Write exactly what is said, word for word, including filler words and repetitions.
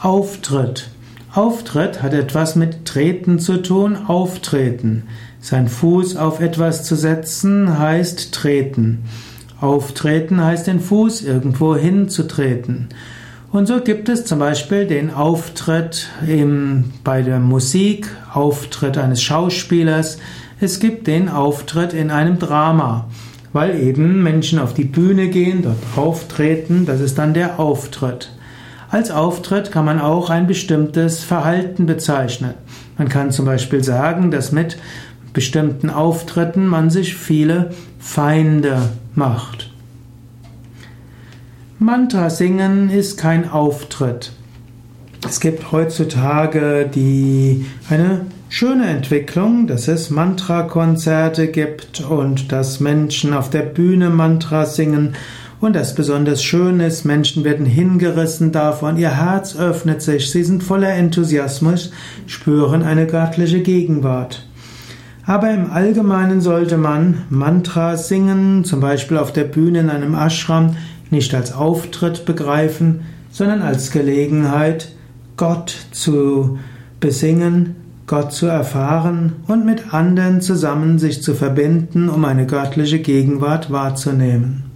Auftritt. Auftritt hat etwas mit Treten zu tun, Auftreten. Sein Fuß auf etwas zu setzen heißt treten. Auftreten heißt den Fuß irgendwo hinzutreten. Und so gibt es zum Beispiel den Auftritt im, bei der Musik, Auftritt eines Schauspielers. Es gibt den Auftritt in einem Drama, weil eben Menschen auf die Bühne gehen, dort auftreten, das ist dann der Auftritt. Als Auftritt kann man auch ein bestimmtes Verhalten bezeichnen. Man kann zum Beispiel sagen, dass mit bestimmten Auftritten man sich viele Feinde macht. Mantra singen ist kein Auftritt. Es gibt heutzutage die, eine schöne Entwicklung, dass es Mantra-Konzerte gibt und dass Menschen auf der Bühne Mantra singen und das besonders schön ist, Menschen werden hingerissen davon, ihr Herz öffnet sich, sie sind voller Enthusiasmus, spüren eine göttliche Gegenwart. Aber im Allgemeinen sollte man Mantra singen, zum Beispiel auf der Bühne in einem Ashram, nicht als Auftritt begreifen, sondern als Gelegenheit, Gott zu besingen, Gott zu erfahren und mit anderen zusammen sich zu verbinden, um eine göttliche Gegenwart wahrzunehmen.